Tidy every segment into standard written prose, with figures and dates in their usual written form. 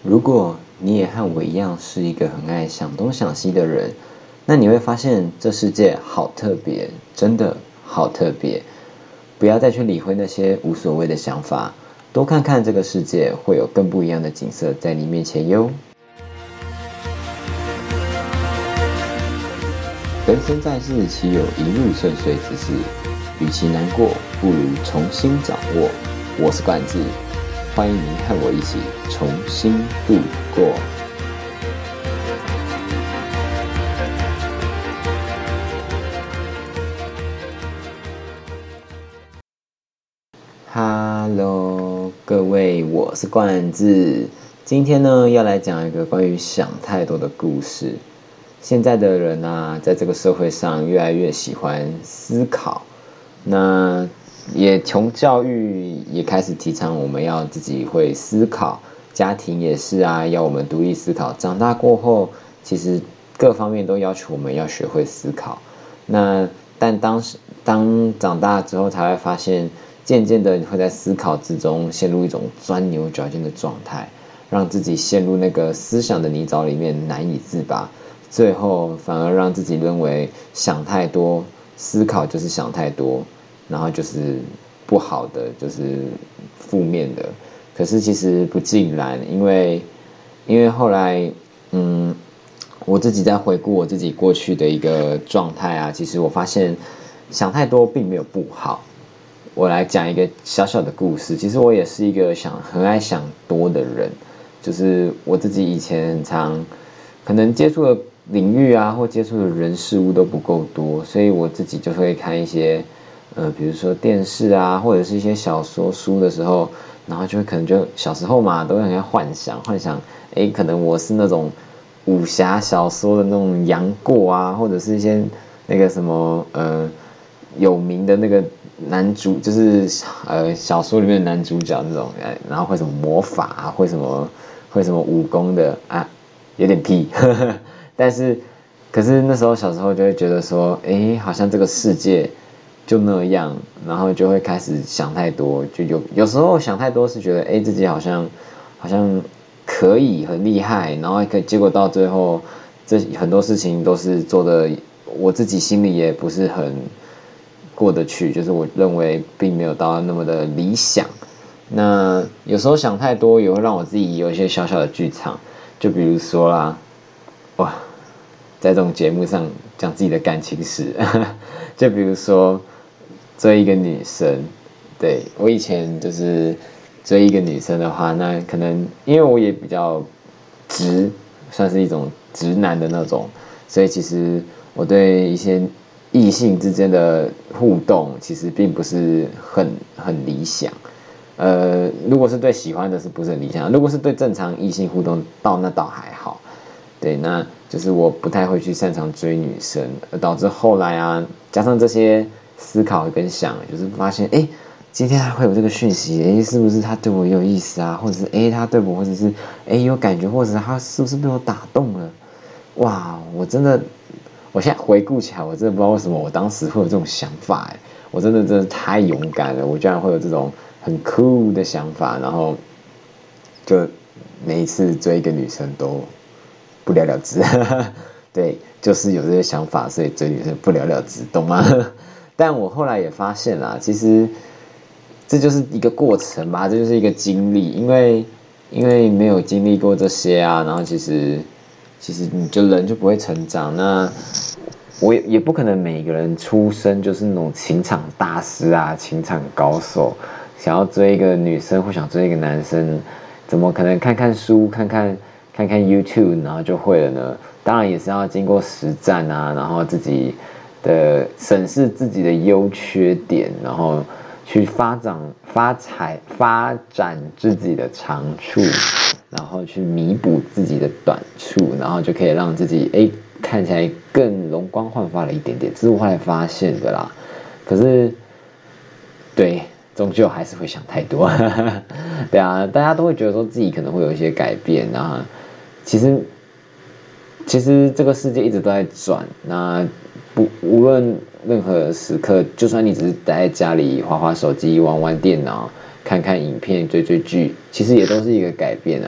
如果你也和我一样是一个很爱想东想西的人，那你会发现这世界好特别，真的好特别。不要再去理会那些无所谓的想法，多看看这个世界，会有更不一样的景色在你面前哟。人生在世，岂有一路顺遂之事？与其难过，不如重新掌握。我是冠志，欢迎您和我一起重新度过。Hello， 各位，我是冠志。今天呢，要来讲一个关于想太多的故事。现在的人啊，在这个社会上越来越喜欢思考，那也从教育也开始提倡我们要自己会思考，家庭也是啊，要我们独立思考。长大过后，其实各方面都要求我们要学会思考。但当长大之后，才会发现，渐渐的会在思考之中陷入一种钻牛角尖的状态，让自己陷入那个思想的泥沼里面难以自拔。最后反而让自己认为想太多，思考就是想太多，然后就是不好的，就是负面的。可是其实不尽然，因为后来，我自己在回顾我自己过去的一个状态啊，其实我发现想太多并没有不好。我来讲一个小小的故事，其实我也是一个很爱想多的人，就是我自己以前很常可能接触的领域啊，或接触的人事物都不够多，所以我自己就会看一些，比如说电视啊，或者是一些小说书的时候，然后可能就小时候嘛，都会很爱幻想，可能我是那种武侠小说的那种杨过啊，或者是一些那个什么有名的那个男主，就是小说里面的男主角那种，然后会什么魔法啊，会什么武功的啊。有点屁，可是那时候小时候就会觉得说，好像这个世界就那样，然后就会开始想太多，就有时候想太多是觉得，自己好像可以很厉害，然后结果到最后，这很多事情都是做的，我自己心里也不是很过得去，就是我认为并没有到那么的理想。那有时候想太多，也会让我自己有一些小小的剧场。就比如说啦，哇，在这种节目上讲自己的感情史，就比如说追一个女生，对，我以前就是追一个女生的话，那可能因为我也比较直，算是一种直男的那种，所以其实我对一些异性之间的互动，其实并不是很理想。如果是对喜欢的，是不是很理想？如果是对正常异性互动，那倒还好。对，那就是我不太会去擅长追女生，导致后来啊，加上这些思考跟想，就是发现，今天还会有这个讯息，是不是他对我有意思啊？或者是他对我，或者是有感觉，或者是他是不是被我打动了？哇，我现在回顾起来，我真的不知道为什么我当时会有这种想法，我真的太勇敢了，我居然会有这种很酷的想法，然后就每一次追一个女生都不了了之。对，就是有这些想法，所以追女生不了了之，懂吗？但我后来也发现啦，其实这就是一个过程吧，这就是一个经历，因为没有经历过这些啊，然后其实你人就不会成长。那我也不可能每个人出生就是那种情场大师啊，情场高手。想要追一个女生或想追一个男生，怎么可能看看书、看看 YouTube 然后就会了呢？当然也是要经过实战啊，然后自己的审视自己的优缺点，然后去发展自己的长处，然后去弥补自己的短处，然后就可以让自己看起来更容光焕发了一点点。这是我后来发现的啦。可是，对。终究还是会想太多。对啊，大家都会觉得说自己可能会有一些改变啊。其实这个世界一直都在转，那无论任何时刻，就算你只是待在家里滑滑手机、玩玩电脑、看看影片、追追剧，其实也都是一个改变啊。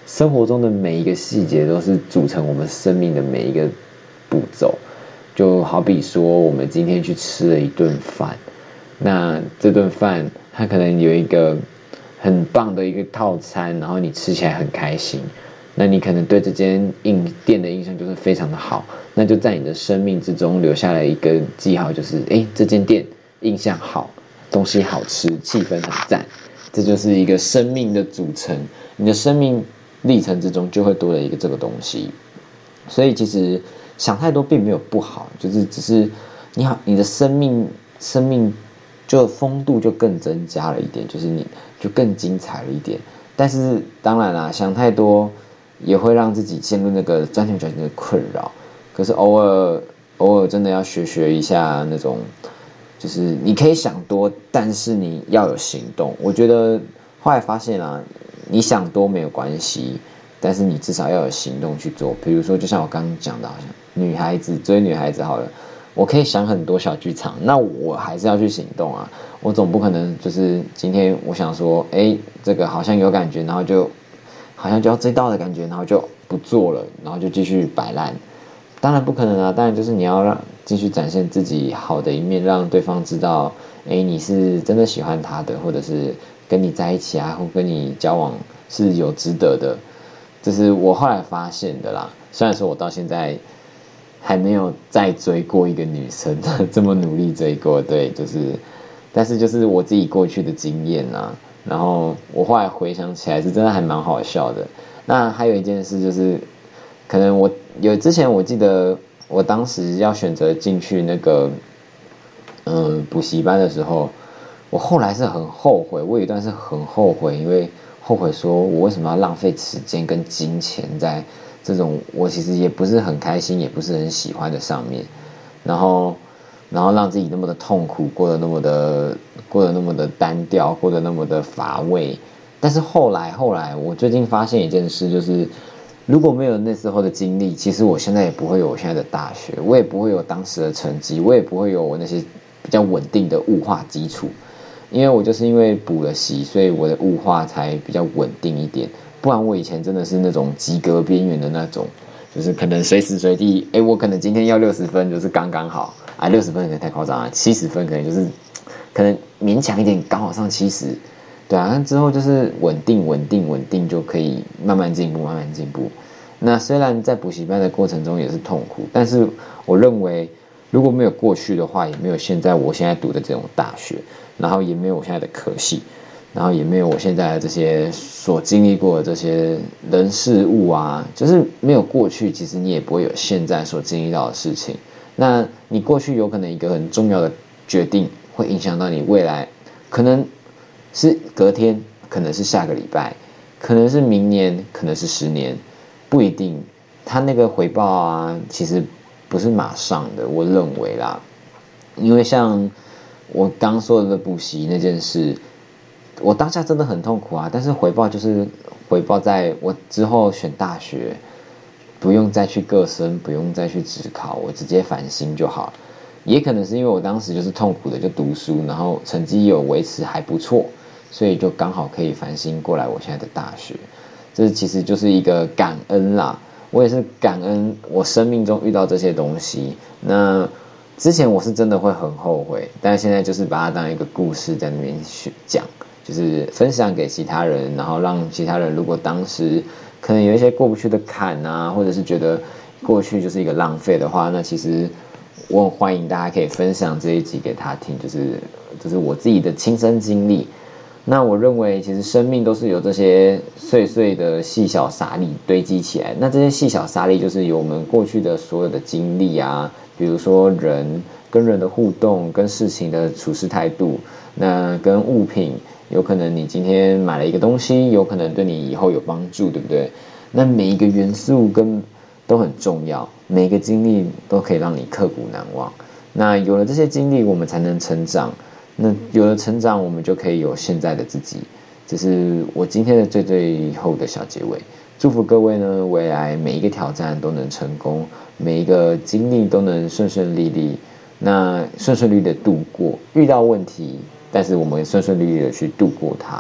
生活中的每一个细节都是组成我们生命的每一个步骤。就好比说，我们今天去吃了一顿饭，那这顿饭它可能有一个很棒的一个套餐，然后你吃起来很开心，那你可能对这间店的印象就是非常的好，那就在你的生命之中留下了一个记号，就是这间店印象好，东西好吃，气氛很赞，这就是一个生命的组成。你的生命历程之中就会多了一个这个东西，所以其实想太多并没有不好，就是只是你的生命就风度就更增加了一点，就是你就更精彩了一点。但是当然啦，想太多也会让自己陷入那个钻牛角尖的困扰。可是偶尔真的要学一下那种，就是你可以想多，但是你要有行动。我觉得后来发现啦，你想多没有关系，但是你至少要有行动去做。比如说，就像我刚刚讲的，好像追女孩子好了，我可以想很多小剧场，那我还是要去行动啊。我总不可能就是今天我想说，这个好像有感觉，然后好像就要追到的感觉，然后就不做了，然后就继续摆烂。当然不可能啊，当然就是你要继续展现自己好的一面，让对方知道，你是真的喜欢他的，或者是跟你在一起啊，或跟你交往是有值得的。这是我后来发现的啦。虽然说我到现在还没有再追过一个女生这么努力追过，对，但是就是我自己过去的经验啊，然后我后来回想起来是真的还蛮好笑的。那还有一件事就是，可能之前我记得我当时要选择进去那个补习班的时候，我后来是很后悔，我有一段是很后悔，因为后悔说我为什么要浪费时间跟金钱在这种我其实也不是很开心，也不是很喜欢的上面，然后让自己那么的痛苦，过得那么的单调，过得那么的乏味。但是后来我最近发现一件事，就是如果没有那时候的经历，其实我现在也不会有我现在的大学，我也不会有当时的成绩，我也不会有我那些比较稳定的物化基础。因为我就是因为补了习，所以我的物化才比较稳定一点。不然我以前真的是那种及格边缘的那种，就是可能随时随地，我可能今天要60分就是刚刚好啊，60分可能太夸张了，70分可能就是可能勉强一点刚好上70，对啊，那之后就是稳定就可以慢慢进步。那虽然在补习班的过程中也是痛苦，但是我认为如果没有过去的话，也没有我现在读的这种大学，然后也没有我现在的科系，然后也没有我现在的这些所经历过的这些人事物啊，就是没有过去，其实你也不会有现在所经历到的事情。那你过去有可能一个很重要的决定，会影响到你未来，可能是隔天，可能是下个礼拜，可能是明年，可能是10年，不一定。他那个回报啊，其实不是马上的，我认为啦，因为像我刚说的补习那件事，我当下真的很痛苦啊，但是回报就是回报在我之后选大学，不用再去个申，不用再去指考，我直接繁星就好。也可能是因为我当时就是痛苦的就读书，然后成绩有维持还不错，所以就刚好可以繁星过来我现在的大学。这其实就是一个感恩啦，我也是感恩我生命中遇到这些东西。那之前我是真的会很后悔，但是现在就是把它当一个故事在那边去讲，就是分享给其他人，然后让其他人如果当时可能有一些过不去的坎啊，或者是觉得过去就是一个浪费的话，那其实我很欢迎大家可以分享这一集给他听，就是我自己的亲身经历。那我认为其实生命都是由这些碎碎的细小沙粒堆积起来，那这些细小沙粒就是由我们过去的所有的经历啊，比如说人跟人的互动，跟事情的处事态度，那跟物品，有可能你今天买了一个东西，有可能对你以后有帮助，对不对？那每一个元素都很重要，每一个经历都可以让你刻骨难忘。那有了这些经历，我们才能成长。那有了成长，我们就可以有现在的自己。这是我今天的最后的小结尾。祝福各位呢，未来每一个挑战都能成功，每一个经历都能顺顺利利。那顺顺利利的度过，遇到问题，但是我们顺顺利利的去度过它。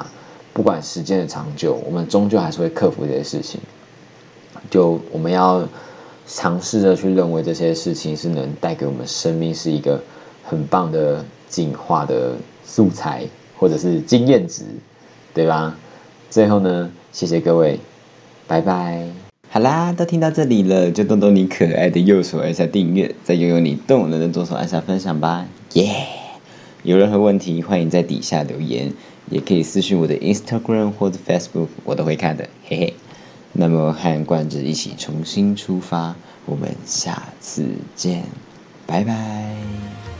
不管时间的长久，我们终究还是会克服这些事情。就我们要尝试着去认为这些事情是能带给我们生命是一个很棒的进化的素材，或者是经验值，对吧？最后呢，谢谢各位，拜拜。好啦，都听到这里了，就动动你可爱的右手按下订阅，再用用你动人的左手按下分享吧，耶！有任何问题，欢迎在底下留言，也可以私讯我的 Instagram 或者 Facebook， 我都会看的，嘿嘿。那么和冠之一起重新出发，我们下次见，拜拜。